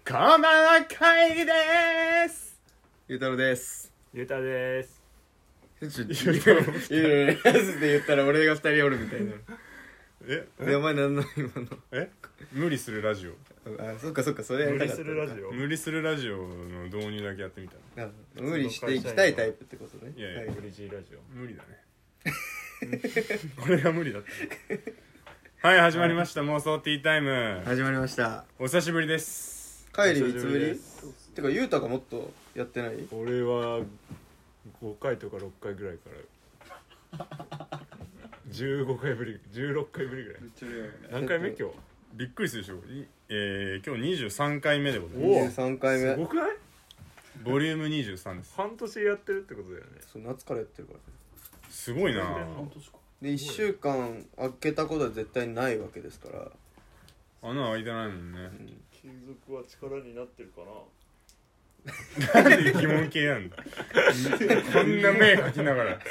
こんばんは、会議でーす。ゆうたろうです。 ゆうたです。 ちょっとゆうたろうって言ったら俺が2人おるみたいな。でお前何の今の無理するラジオ。 あ、そっかそっか、それやりたかった。 無理するラジオの導入だけやってみた。 無理していきたいタイプってことね。 いやいや、 はい、無理 G ラジオ無理だねこれが無理だったはい、始まりました、妄想ティータイム。 始まりました。 お久しぶりです。 帰りいつぶり？てかゆうたがもっとやってない？ 俺は5回とか6回ぐらいから15回ぶり16回ぶりぐらい。何回目今日？ びっくりするでしょ。今日23回目でございます。 23回目。 すごくない？ ボリューム23です。 半年やってるってことだよね。 そう夏からやってるからね。 すごいな。 で1週間空けたことは絶対ないわけですから。 穴開いてないもんね。 継続は力になってるかな。 なんで疑問系なんだこんな目描きながら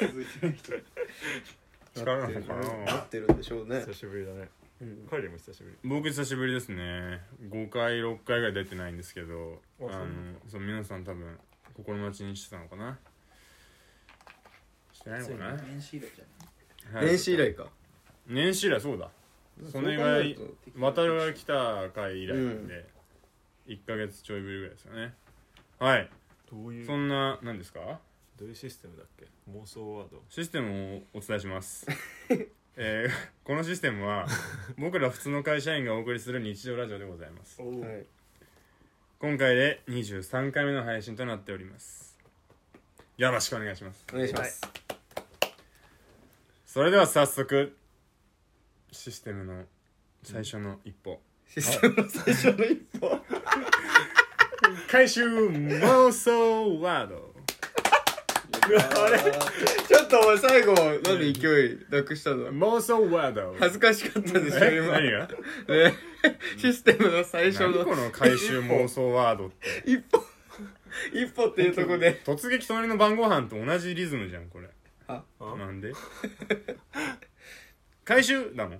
力なのかな。 なってるんでしょうね。 久しぶりだね。帰りも久しぶり。 僕久しぶりですね。5回6回ぐらい出てないんですけど、そう皆さん多分心待ちにしてたのかな。してないのかな。 年始以来じゃない。 年始以来か。 年始以来、そうだ。それが渡るが来た回以来なんで、1ヶ月ちょいぶりぐらいですよね。はい。 どういうそんな、何ですか？ どういうシステムだっけ？妄想ワード。 システムをお伝えしますこのシステムは僕ら普通の会社員がお送りする日常ラジオでございます。 はい、 今回で23回目の配信となっております。よろしくお願いします。 お願いします、 それでは早速システムの最初の一歩、 システムの最初の一歩回収妄想ワードあれちょっとお前最後なんで勢いなくしたの？ 妄想ワード恥ずかしかったでしょ今。 何が？ ね、システムの最初の何この回収妄想ワードって一歩っていうとこで突撃隣の晩ご飯と同じリズムじゃんこれ。なんで回収だもん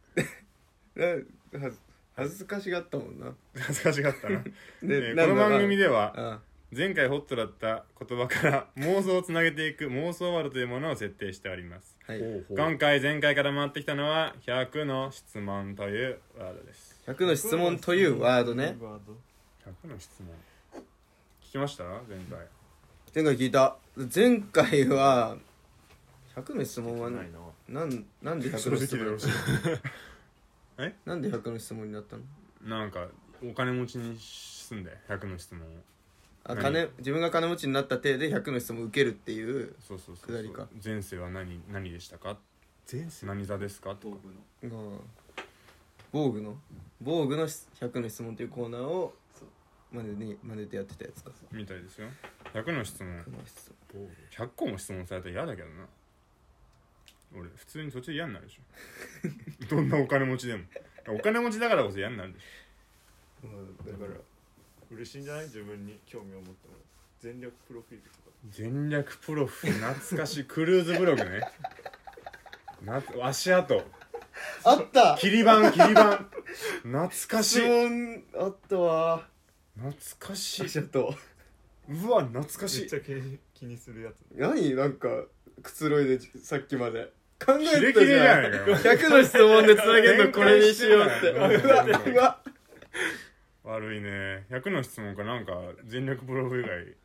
恥ずかしがったもんな。 恥ずかしがったなこでの番組では前回ホットだった言葉から妄想をつなげていく妄想ワードというものを設定しております、 はい、 今回前回から回ってきたのは100の質問というワードです。 100の質問というワードね。 100の質問聞きました？ 前回聞いた。前回は100の質問はなんで100の質問なんで100の質問になったの？ なんかお金持ちにすんで100の質問を自分が金持ちになった体で100の質問を受けるっていうくだりか。 前世は何でしたか？前世何座ですか？とか防具の100の質問というコーナーを真似てやってたやつかみたいですよ。100の質問100個も質問されたら嫌だけどな。俺普通に途中で嫌になるでしょどんなお金持ちでもお金持ちだからこそ嫌になるでしょ。だから嬉しいんじゃない？自分に興味を持っても全略プロフィールとか。 全略プロフ懐かしいクルーズブログね足跡あった。 切り板懐かしい。 質問あったわ。 懐かしい。 足跡うわ懐かしい。 めっちゃ気にするやつ。 何なんかくつろいでさっきまで考えてたじゃん。 キレキレじゃないかよ。 100の質問でつなげるのこれにしようってうわ悪いね。100の質問かなんか全力プロフ以外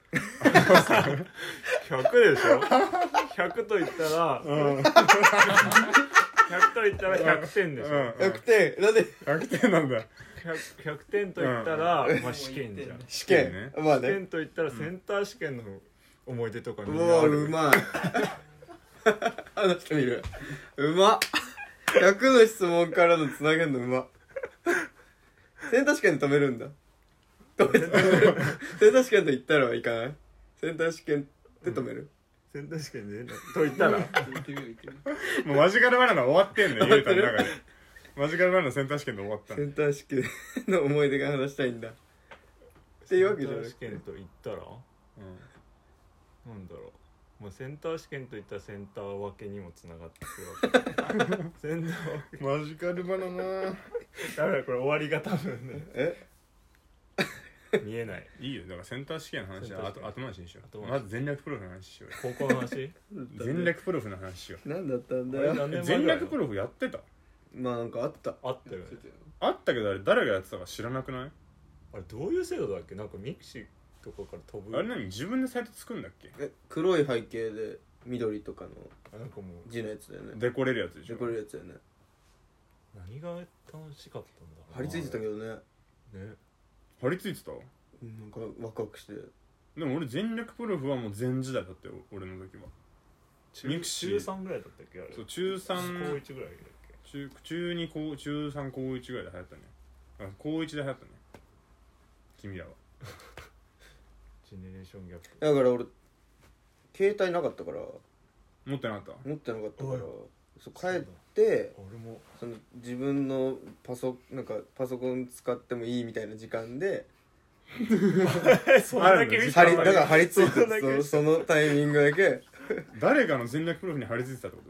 100でしょ。100と言ったら100と言ったら100点でしょ。 100点なんで 100点なんだ。 100点と言ったら、まあ試験じゃん。 試験ね。まあね。 試験と言ったらセンター試験の思い出とかにうわうまい話してみる。うまっ。100の質問からのつなげるのうまっ。センター試験で止めるんだ。センター試験と言ったらいかない？センター試験で止める？ センター試験でと言ったらもうマジカルバナナ終わってんの。ゆうたの中でマジカルバナナセンター試験で終わったの。 センター試験の思い出が話したいんだっていうわけじゃない。 センター試験と言ったらなんだろう。まあ、センター試験といったらセンター分けにもつながってくるわけセンター分けマジカルバナナだからこれ終わりが多分ね見えない。 いいよ、だからセンター試験の話は後回しにしよう。 後回しまず全略プロフの話しようよ。 高校の話全略プロフの話しよ何だったんだあれよ。 何年前全ぐらいの略プロフやってたまあなんかあった。 あったよね。 あったけど、あれ誰がやってたか知らなくない？ あれどういう制度だっけ？なんかミクシーとかから飛ぶ。 あれ何、自分でサイト作るんだっけ？ 黒い背景で緑とかのなんかもう字のやつだよね。 デコれるやつでしょ。 でこれるやつだよね。 何が楽しかったんだろうな。 張り付いてたけどね。 ね。 張り付いてた？ なんかワクワクして。 でも俺全略プロフはもう全時代だったよ、俺の時は。ミクシー中3ぐらいだったっけあれ。 そう、中3 高1ぐらいだっけ。 中2高中3高1ぐらいで流行ったね。あ、高1で流行ったね、君らは。 ジェネレーションギャップ。 だから俺携帯なかったから持ってなかった？ 持ってなかったからおいそう帰って俺もその自分のパソコン使ってもいいみたいな時間でそんだけ見だから張り付いてそんだけそのタイミングだけ誰かの全略プロフに張り付いてたってこと？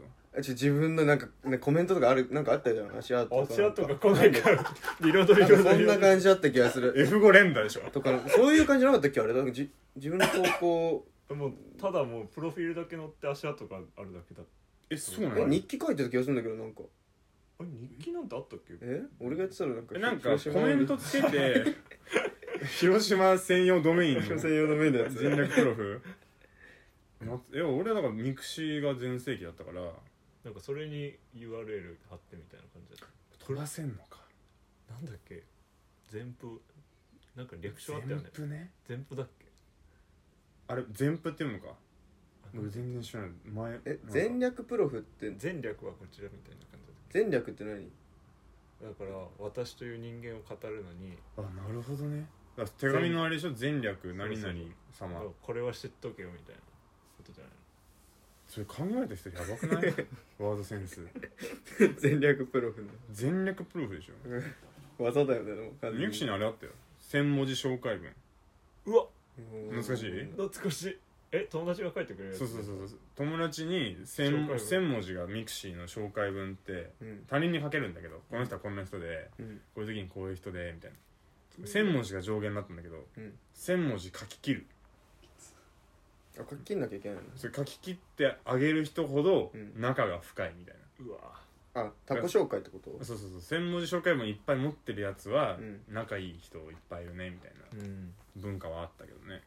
自分のなんか、ね、コメントとかなんかあったじゃん。足跡足跡が来ないからリロードリロードそんな感じだった気がする F5 連打でしょ。 とかそういう感じなかったっけあれだ自分の投稿もうただもうプロフィールだけ載って足跡があるだけだ。 そうなの？ 日記書いてた気がするんだけどなんかあれ日記なんてあったっけ？ 俺がやってたらなんかなんかコメントつけて広島専用ドメインの広島専用ドメインのやつ全略プロフ俺はだからミクシーが全盛期だったからなんかそれに URL 貼ってみたいな感じだった。 飛ばせんのか。 なんだっけ全譜なんか略称あったよね。 全譜ね。 全譜だっけ？ あれ全譜っていうのか。俺全然知らない。 全略プロフって全略はこちらみたいな感じだっ全略って何？ た。だから私という人間を語るのにあ、なるほどね。だから手紙のあれでしょ、全略何々様。 これは知っとけよみたいなことじゃないの。 それ考えた人やばくない？ワードセンス。 全略プロフの全略プロフでしょ。 技だよね。でも完全にミクシーにあれあったよ、1000文字紹介文。 うわ懐かしい？ 懐かしい。友達が書いてくれるやつ。 そう友達に 1000文字がミクシーの紹介文って他人に書けるんだけど、この人はこんな人で、こういう時にこういう人でみたいな1000文字が上限になったんだけど、1000文字書き切る。 書き切んなきゃいけないの？ それ書き切ってあげる人ほど仲が深いみたいな。 うわタコ紹介ってこと？ そう1000文字紹介文いっぱい持ってるやつは仲いい人いっぱいいるねみたいな文化はあったけどね。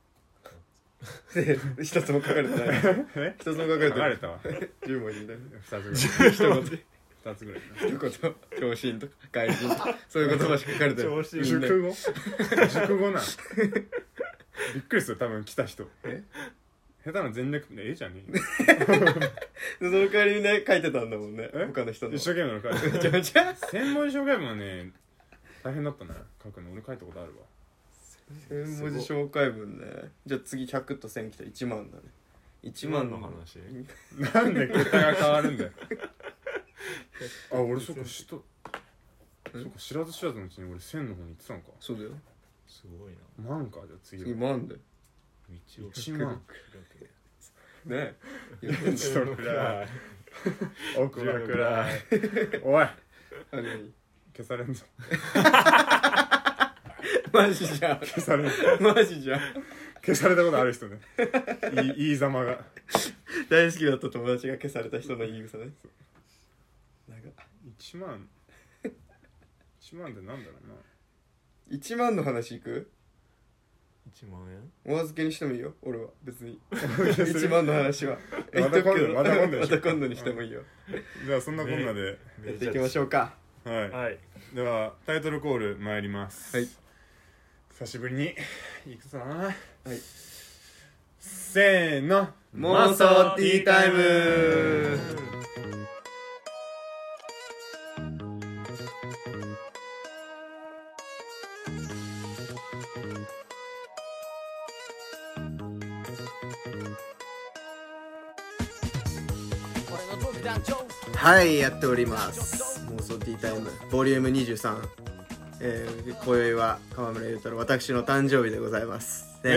一つも書かれてない一つも書かれてない。 書かれたわ。 10文字で 2つぐらい。2つぐらい一言長身とか外人とかそういう言葉しか書かれてない。 熟語熟語なんびっくりする、多分来た人。下手な全略じゃねその代わりにね書いてたんだもんね、他の人の一生懸命の書いてめちゃめちゃ 1000文字紹介文はね大変だったね、書くの。俺書いたことあるわ。 1000文字紹介文ね。じゃあ次100と1000来たら1万だね。1万の話。 なんで桁が変わるんだよ。あ、俺そっか知らず知らずのうちに俺1000の方に行ってたのか。 そうだよ。 すごいな。 万か。じゃあ次 1万だよ。 1万ねえ一度くらい奥は暗い。おい消されんぞ。 マジじゃん。 消されんぞ。 マジじゃん。 消されたことある人ね。いいざまが大好きだった友達が消された人の言い草ね。 1万1万ってなんだろうな。 1万の話いく ？1万円？ お預けにしてもいいよ。俺は別に1万の話はまた今度にしてもいいよ。 じゃあそんなこんなでやっていきましょうか。 はい、ではタイトルコール参ります。 はい、 久しぶりにいくぞな。はい、 せーの、 妄想ティータイム。 はい、やっております。妄想ティータイムボリューム23。今宵は川村優太の私の誕生日でございますね。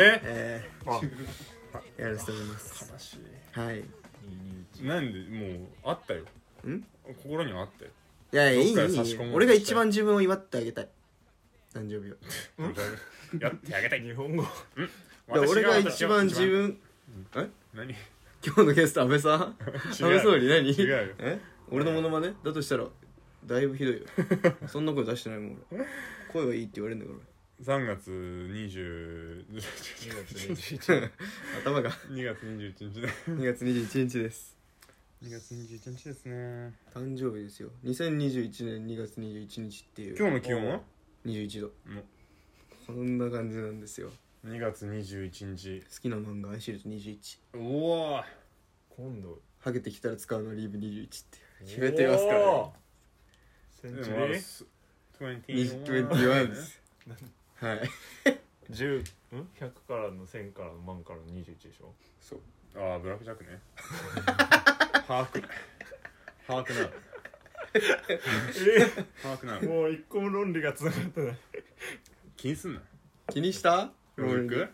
やらせてもらいます。 悲しい。 はい。 なんでもうあったよ。心にはあったよ。 いやいい。俺が一番自分を祝ってあげたい。 誕生日は。 やってあげたい日本語。 いや俺が一番自分何？ 今日のゲスト安倍さん安倍総理何？ 違うよ。 俺のモノマネだとしたらだいぶひどいよ。そんな声出してないもん俺。声はいいって言われるんだから 3月20 2月21 頭が 2月21日だ。 2月21日です。 2月21日ですね。 誕生日ですよ。2021年2月21日っていう。 今日の気温は 21度。 もこんな感じなんですよ。 う2月21日。 好きな漫画アイシールド21。 おお今度ハゲてきたら使うのはリーブ21って決めてますからね。 センチュリー 21ですはい 10、100からの1000からの万からの21でしょ。 そうああブラックジャックね。把握なる把握なる。 もう一個も論理がつながってない。 気にすんな。 気にしたローリング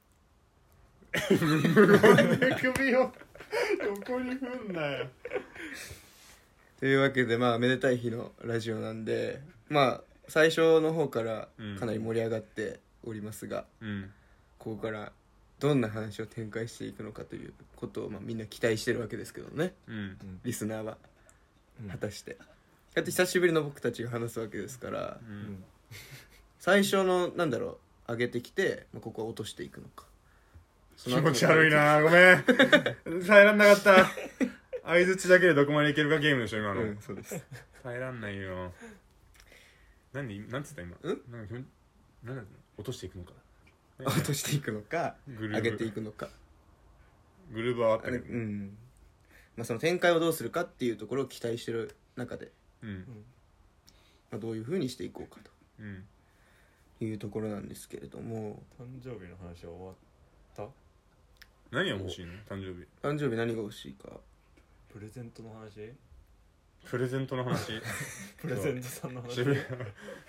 首を横に振んなよ。 というわけでまあめでたい日のラジオなんでまあ最初の方からかなり盛り上がっておりますが、ここからどんな話を展開していくのかということをまあみんな期待してるわけですけどね、リスナーは果たしてだって久しぶりの僕たちが話すわけですから、最初のなんだろう上げてきて、まあ、ここは落としていくのか。 気持ち悪いなごめん耐えらんなかった相づちだけでどこまでいけるかゲームでしょ今の、 そうです耐えらんないよ。なんつった今なんかなんだ落としていくのか落としていくのか上げていくのかグルーブはあったけどまあその展開をどうするかっていうところを期待してる中で、まあ、どういう風にしていこうかというところなんですけれども、 誕生日の話は終わった何が欲しいの誕生日。 誕生日何が欲しいか。 プレゼントの話プレゼントの話プレゼントさんの話渋谷プ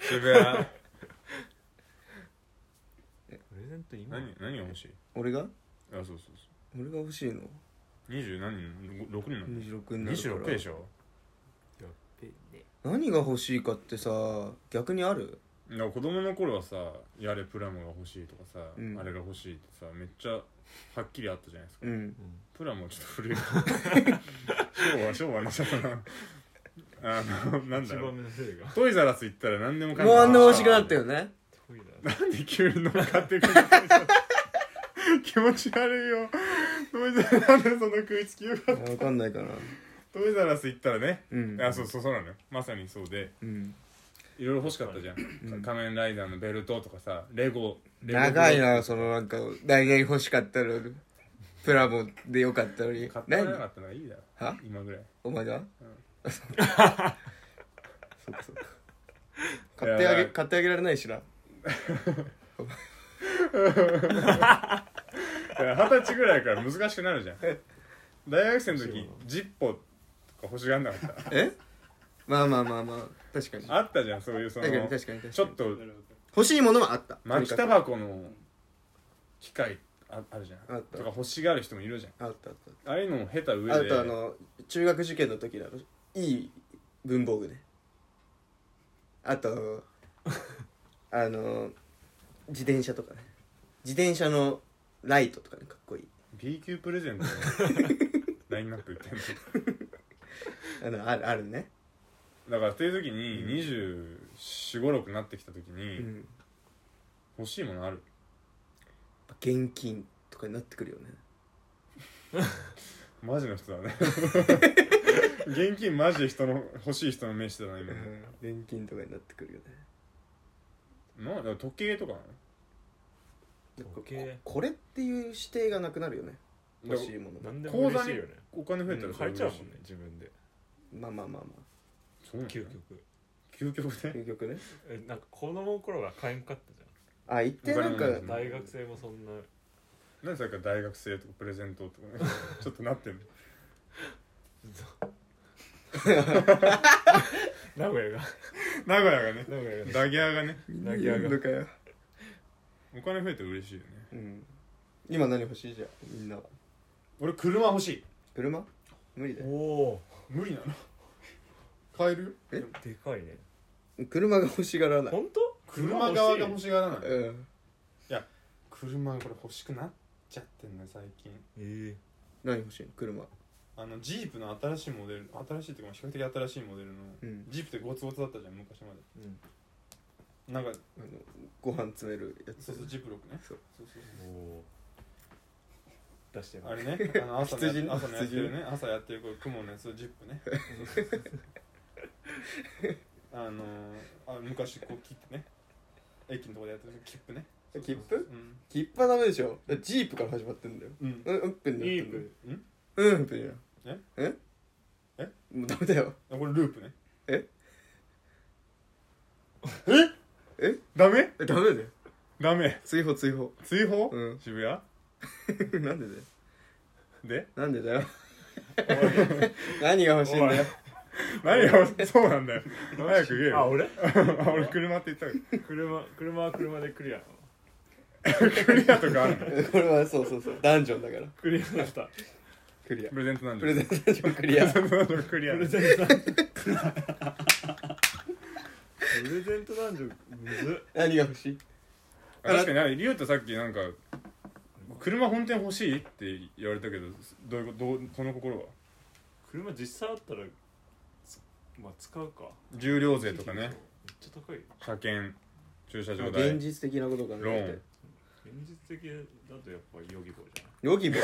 レゼント今何が欲しい。 俺がそう俺が欲しいの 20何人6人なの。 26になるから 26でしょ。 やっべね。 何が欲しいかってさ逆にある。 だから子供の頃はさやれプラモが欲しいとかさ、あれが欲しいってさめっちゃはっきりあったじゃないですか、プラモちょっと古い昭和のちょっとなんだろうトイザラス行ったら何でもかんでももうあんな欲しくなったよね。 なんで急に乗っかってくる気持ち悪いよ。トイザラスなんでそんな食いつきよかった。 分かんないかな。 トイザラス行ったらね、そうなのよ。まさにそうで、いろいろ欲しかったじゃん、仮面ライダーのベルトとかさレゴ長いなそのなんか大々欲しかったのプラモでよかったのに買ってなかったのがいいだろは今ぐらい。 お前が、そうか買ってあげられないしな。 20歳ぐらいから難しくなるじゃん。大学生の時ジッポとか欲しがんなかった。 まあ確かにあったじゃんそういうその確かにちょっと欲しいものはあった。 巻きタバコの機械あるじゃんあったとか欲しがる人もいるじゃん。 あったああいうのも経た上であと中学受験の時のいい文房具ね。あと自転車とかね自転車のライトとかねかっこいい B 級プレゼントのラインナップ売ってんのあるね。 だからっていう時に24、5、6になってきた時に、欲しいものある。 現金とかになってくるよね。 マジの人だね現金マジで欲しい人の名刺だな今、 現金とかになってくるよね。 だから時計とかなの。 時計これっていう指定がなくなるよね。欲しいもの何でも嬉しいよね。 お金増えたら買えちゃうもんね自分で。 まあそうなの。 究極ねなんか子供の頃が買えんかったじゃん。 言ってなんか大学生もそんな何でさっきから大学生とかプレゼントとかねちょっとなってんの名古屋がねダギャーがねダギャーがかよ。 お金増えて嬉しいよね。 今何欲しいじゃんみんなは。 俺車欲しい。 車無理だよ。 無理なの。買えるよ。 でかいね。 車が欲しがらない。 本当？ 車側が欲しがらない。 うん車これ欲しくなっちゃってんのよ最近。 何欲しいの車。 ジープの新しいモデル、新しいっていうか比較的新しいモデルの、ジープってゴツゴツだったじゃん昔まで。なんかご飯詰めるやつ。 そうそうジップロックね。そう出してあれね、朝のやってるね、朝やってるこれ雲のやつジップね。昔こう切ってね、駅のとこでやってる切符ね。 切符？切符はダメでしょ。ジープから始まってんだよ。 うんぷんイープうんぷんや。 えもうダメだよ。 これループね。ダメダメだよ。 ダメ。 追放追放。 追放？渋谷？ なんでだよ。 で？ なんでだよ。何が欲しいんだよ。 何がそうなんだよ。早く言えよ。 俺車って言ったよ。 車は車でクリア。 クリアとかあるの？ これはそうダンジョンだから。 クリアだしたクリア。 プレゼントなんプレゼントダンジョンクリア。 プレゼントなんでクリア。 プレゼントダンジョンむずっ。 何が欲しい？ 確かにリオってさっきなんか車本店欲しいって言われたけど、どういうこと？その心は？ 車実際あったらまあ使うか。 重量税とかね。 めっちゃ高い。 車検、駐車場代、 現実的なこと考えて。 ローン。 現実的だとやっぱヨギボーじゃん。 ヨギボー。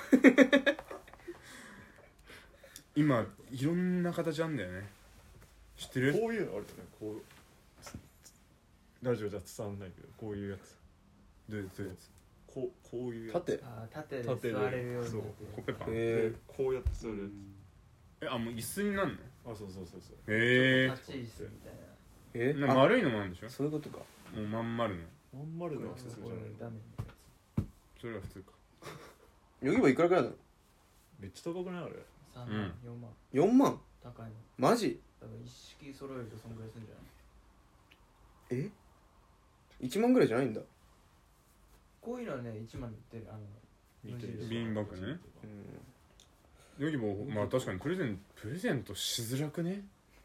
今いろんな形あんだよね。知ってる？ こういうのあるよね。こうラジオじゃ伝わんないけど、こういうやつ。 どういうやつ？ こういうやつ。 縦で座れるようになってる。 コッペパン。 でこうやって座るやつ。 もう椅子になんの？ そう立ち椅子みたいな。 丸いのもあるんでしょ？ そういうことか。 もうまん丸の。 まん丸のやつじゃない。 それが普通か。 ヨギボーいくらくらいなの？ めっちゃ高くないあれ。 3万、 4万？ 高いの。 マジ？ 多分一式揃えるとそんぐらいするんじゃない？ 1万ぐらいじゃないんだ。 こういうのはね、1万で売ってる。 ビーンバッグね。ヨギボー、まあ確かにプレゼントしづらくね。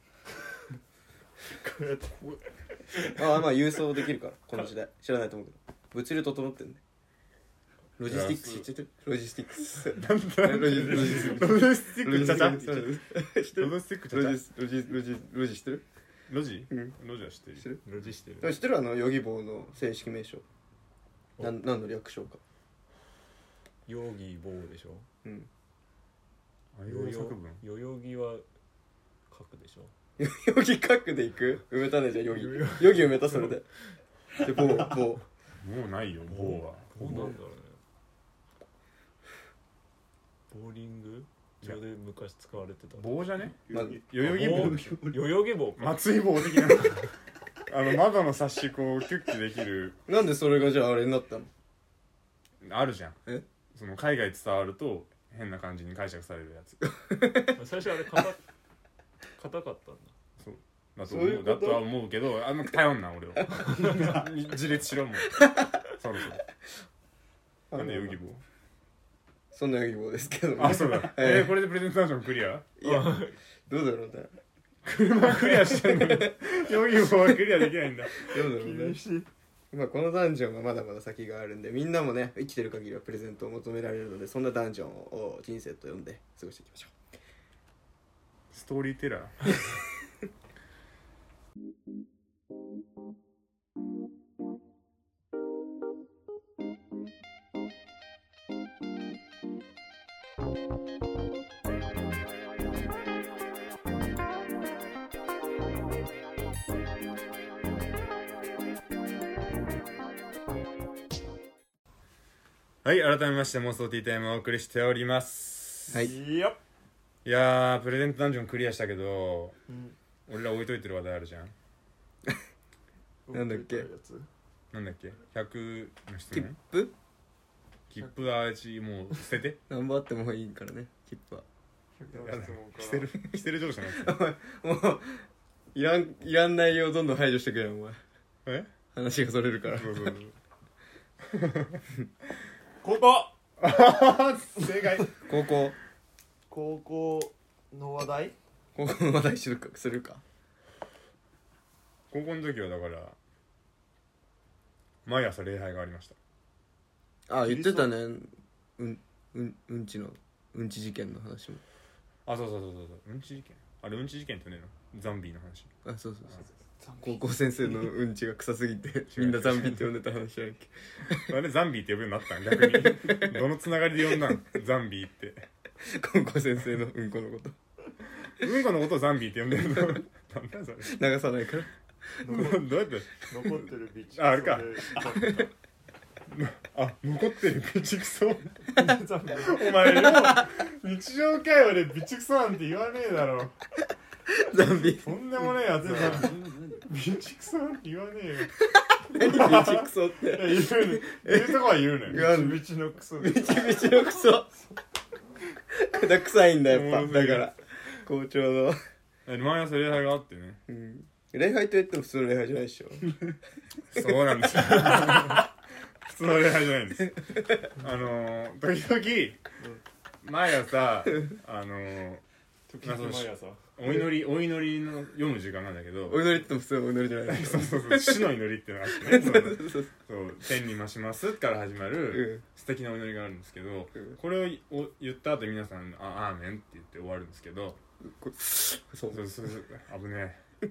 こうやってまあ郵送できるからこの時代。知らないと思うけど物流整ってんね。ロジスティックス知ってる？ロジスティックス。 ロジスティックちゃちゃ。ロジスティックちゃちゃ。 ロジ知ってる？ ロジは知ってる。 ロジしてる。 知ってる？ヨギボーの正式名称。何の略称か。 ヨギボーでしょ。 ヨヨギは書くでしょ。 ヨギ書くでいく？埋めたねじゃあヨギ埋めたそれで。でボー。もうないよボーは。 ボーなんだろうね。ボーリング場で昔使われてた。 ボーじゃね？ヨヨギボー。 ヨヨギボー。 松井棒的な。窓のサッシこうキュッキュできる。 なんでそれがじゃああれになったの？ あるじゃん。その海外伝わると変な感じに解釈されるやつ。 最初あれ硬かったんだ。 そうだとは思うけど、頼んな俺を。自立しろもう。そろそろ。なんでヨギボー？ そんなヨギボーですけどね。 そうだ。これでプレゼントダンジョンクリア？ いやどうだろうね。 車クリアしてんのにヨギボーはクリアできないんだ。 どうだろうね。このダンジョンはまだまだ先があるんで、みんなもね生きてる限りはプレゼントを求められるので、そんなダンジョンを人生と呼んで過ごしていきましょう。 ストーリーテラー。はい、改めまして妄想ティータイムをお送りしております。 はい。 いやー、プレゼントダンジョンクリアしたけど、俺ら置いといてる話題あるじゃん。 なんだっけ 100の質問。切符は味もう捨てて。 何番あってもいいからね、切符は。 捨てる上司なんですよ。 もういらん内容をどんどん排除してくれよお前。話がそれるから。 高校正解。 高校の話題？ 高校の話題するか。 高校の時はだから毎朝礼拝がありました。 あ、言ってたね。うんち事件の話も。 あ、そううんち事件、あれうんち事件ってねのザンビーの話。 あ、そう高校先生のうんちが臭すぎてみんなザンビって呼んでた話やんけ。 あれザンビーって呼ぶようになったん逆にどのつながりで呼んだんザンビーって。 高校先生のうんこのことうんこのことをザンビーって呼んでるのなんだそれ流さないから。 どうやって残ってるビチあれかあ、残ってるビチクソお前よ日常会話でビチクソなんて言わねえだろ。 ザンビとんでもねえやつだビチクソなんて言わねえよ。 何ビチクソっていや言うね言うとこは言うね言わんビチのクソビチのクソだ臭いんだやっぱ。だから校長の毎朝礼拝があってね、 礼拝と言っても普通の礼拝じゃないでしょ。 そうなんですよ普通の礼拝じゃないんです。時々毎朝時々毎朝お祈りの読む時間なんだけど、 お祈りっても普通のお祈りじゃないでしょ。 そう死の祈りっていうのがあってねそう天に増しますから始まる素敵なお祈りがあるんですけど、これを言った後皆さんアーメンって言って終わるんですけど、そう危ねえ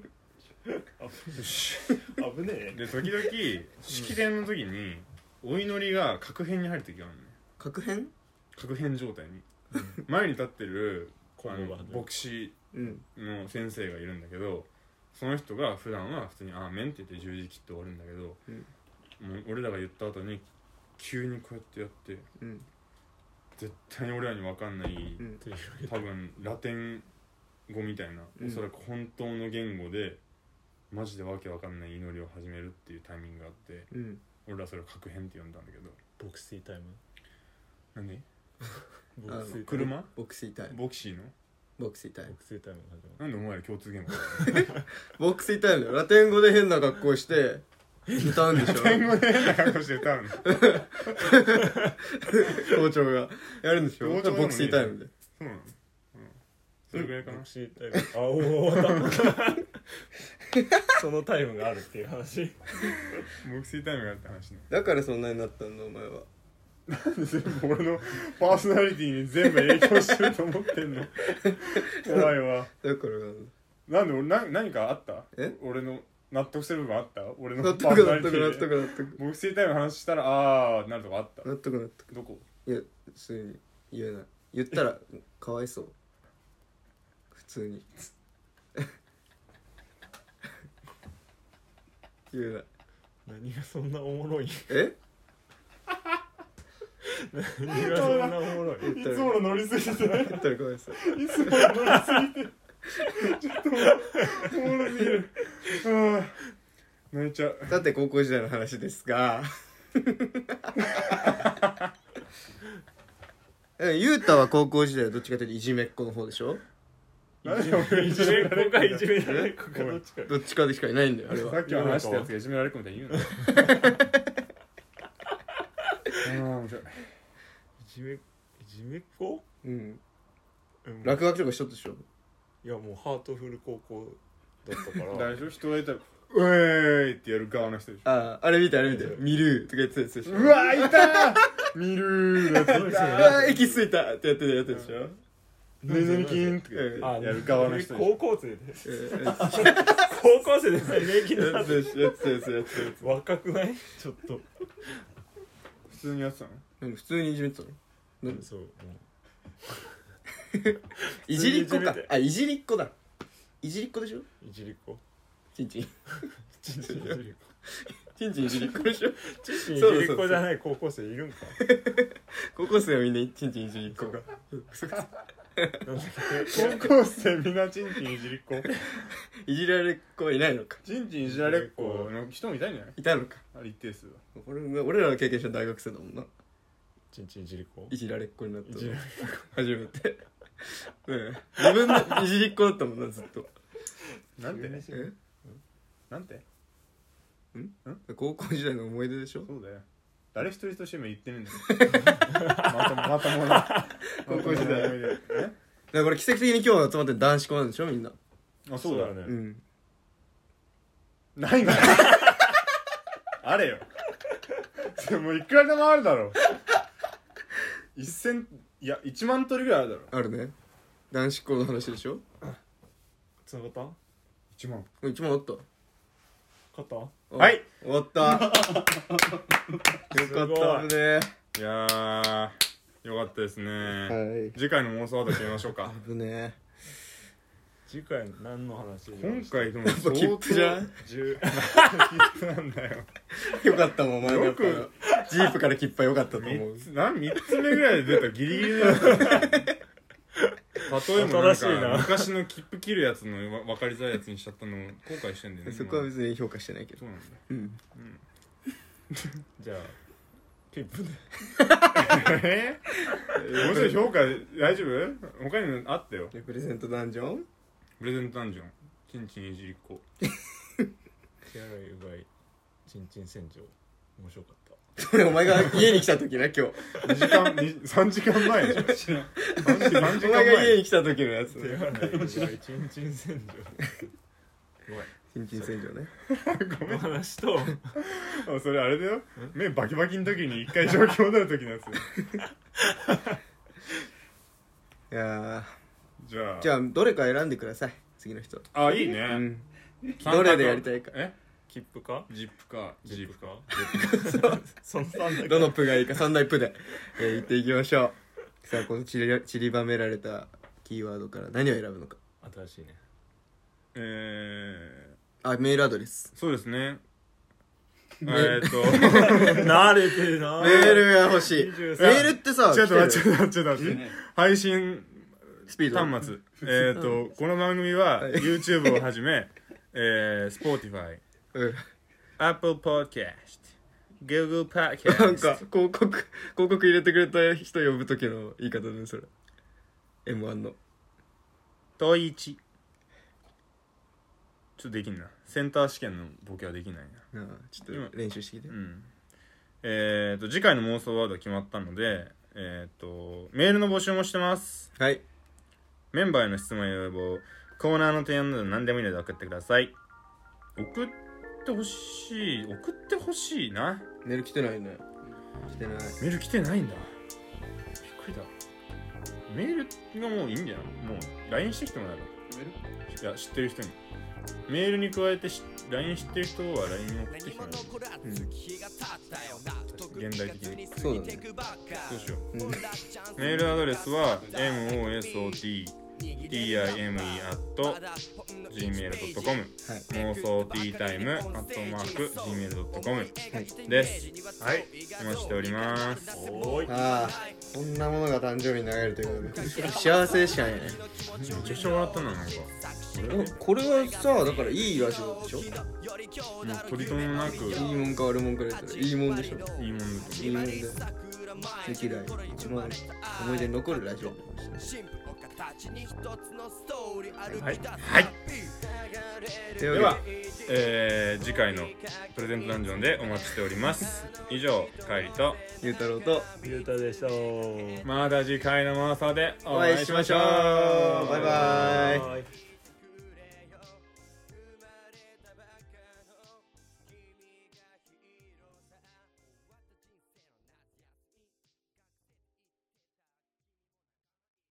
危ねえで時々式典の時にお祈りが確変に入る時があるのね。 確変確変状態に前に立ってる牧師の先生がいるんだけど、その人が普段は普通にアーメンって言って十字切って終わるんだけど、もう俺らが言った後に急にこうやってやって、絶対に俺らに分かんない、多分ラテン語みたいな、おそらく本当の言語でマジでわけわかんない祈りを始めるっていうタイミングがあって、俺らそれを確変って呼んだんだけど。 ボクシータイム何車ボクシータイムボクシーのボクシータイムボクシータイムが始まなんでお前ら共通言語ボクシータイムだよ。ラテン語で変な格好して歌うんでしょ。 ラテン語で変な格好して歌うの校長がやるんでしょ。ボクシータイムで。 そうなの、それぐらいかな。 ボクシータイム終わったそのタイムがあるっていう話ボクシータイムがあって話ね。 だからそんなになったんだお前は。 俺のパーソナリティに全部影響してると思ってんの怖いわ。 だからなんで俺何かあった？俺の納得する部分あった？俺のパーソナリティで納得ボクシータイムの話したらあーなるとこあった？ 納得どこ？ いや普通に言えない。言ったらかわいそう。普通に言えない。 何がそんなおもろい何がそんなおもろい。いつもの乗りすぎてない？ 言ったらかわいそう。 いつもの乗りすぎてちょっとおもろすぎる。泣いちゃう。 さて高校時代の話ですがゆうたは高校時代はどっちかというといじめっ子の方でしょ。 いじめっ子かいじめられっ子かどっちかでしかいないんだよあれは。 さっき話したやつがいじめられっ子みたいに言うの面白い。 いじめっ子？ 落書きとかしとったでしょ。 いやもうハートフル高校だったから大丈夫？人がいたらうえーいってやる側の人でしょ。 あれ見た見るとか言ってたやつでしょ。 うわーいたー見るーやつ息ついたってやってたやつでしょ。 ねえ何金とかやる側の人でしょ。 高校生で高校生で年金だってやつ若くない？ちょっと普通にやってたの？ 普通にいじめてたの？ そういじりっ子か。あ、いじりっ子だ。いじりっ子でしょ。 いじりっ子ちんちんちんちんいじりっ子ちんちんいじりっ子でしょ。 ちんちんいじりっ子じゃない高校生いるんか。 高校生はみんなちんちんいじりっ子が高校生みんなちんちんいじりっ子いじられっ子はいないのか。 ちんちんいじられっ子の人もいたんじゃない？ いたのか。 あれ一定数は。 俺らの経験した大学生だもんな。 ちんちんいじりっ子いじられっ子になったの初めて自分のいじりっ子だったもんなずっと。 なんてなんて高校時代の思い出でしょ。 そうだよ。誰一人としても言ってるんだよまたもな高校時代だからこれ奇跡的に今日集まって男子校なんでしょみんな。 あ、そうだね。 ないんだあれよもういくらでもあるだろ。1000いや1万通りぐらいあるだろ。 あるね。男子校の話でしょ。 つながった 1万。 1万あった。 勝ったはい終わったよかったね。 いやーよかったですね、 はい次回の妄想ワード決めましょうか。 危ね次回何の話今回でもえ。やっぱ切符じゃん。 10 切符なんだよ。 よかったもんお前のやっぱよジープから切符はよかったと思う。 3つ目ぐらいで出たギリギリのやつだね。例えもなん新しいなか昔の切符切るやつの分かりづらいやつにしちゃったのを後悔してんだよね。 そこは別に評価してないけど。 そうなんだ。 うん。 じゃあ切符でもうちょい評価大丈夫？他にもあったよ。 プレゼントダンジョン。 プレゼントダンジョンチンチンいじりっ子。 手洗いうがいちんちん洗浄面白かった。 それお前が家に来た時な今日。 3時間前じゃん。3時間お前が家前に来た時のやつ。 手洗いうがいちんちん洗浄ごめんチンチン洗浄ね。 この話とそれあれだよ。目バキバキの時に一回状況戻る時のやつ。 いやじゃあじゃあどれか選んでください次の人。 あいいね、 うん。どれでやりたいか。 切符かジップかジップかジその3だどのプがいいか三大プで、言っていきましょう。さあこの散りばめられたキーワードから何を選ぶのか。 新しいねあ、メールアドレス。 そうですね。 慣れてるなメールが欲しい。メ 23 ールってさ、 ちょっと待って来てるちょっと待って配信スピード。 端末この番組は YouTube をはじめSpotify うん。 Apple Podcast Google なんか Podcast 広告入れてくれた人呼ぶ時の言い方ねそれ。M1 の。 トイチちょっとできんな。センター試験のボケはできないな。 ちょっと練習してきて。 次回の妄想ワードは決まったのでメールの募集もしてます。 はい。 メンバーへの質問や要望コーナーの提案など何でもいいので送ってください。送ってほしいな。 メール来てないね。来てない。 メール来てないんだ。びっくりだ。メールがもういいんじゃない？もう LINE してきてもらえば。いや知ってる人にメールに加えてLINE 知ってる人は LINE を送ってきてもらえば。現代的にそうだね。 どうしよう、メールアドレスは mosotime@gmail.com 妄想 teatime@gmail.com です。はいお待ちしております。 おーいああ、こんなものが誕生日に流れるということで幸せでしかないね。 めちゃくちゃ笑ったな。なんかこれはさ、だからいいラジオでしょ。 もう取り留めもなくいいもんか悪もんかで言ったらいいもんでしょ。 いいもんだといいもんで歴代一番思い出に残るラジオになりましたね。 はい、 では、次回のプレゼントダンジョンでお待ちしております。以上カイリとゆうたろうとゆうたでしたまた次回の妄想でお会いしましょう。バイバイ。 はい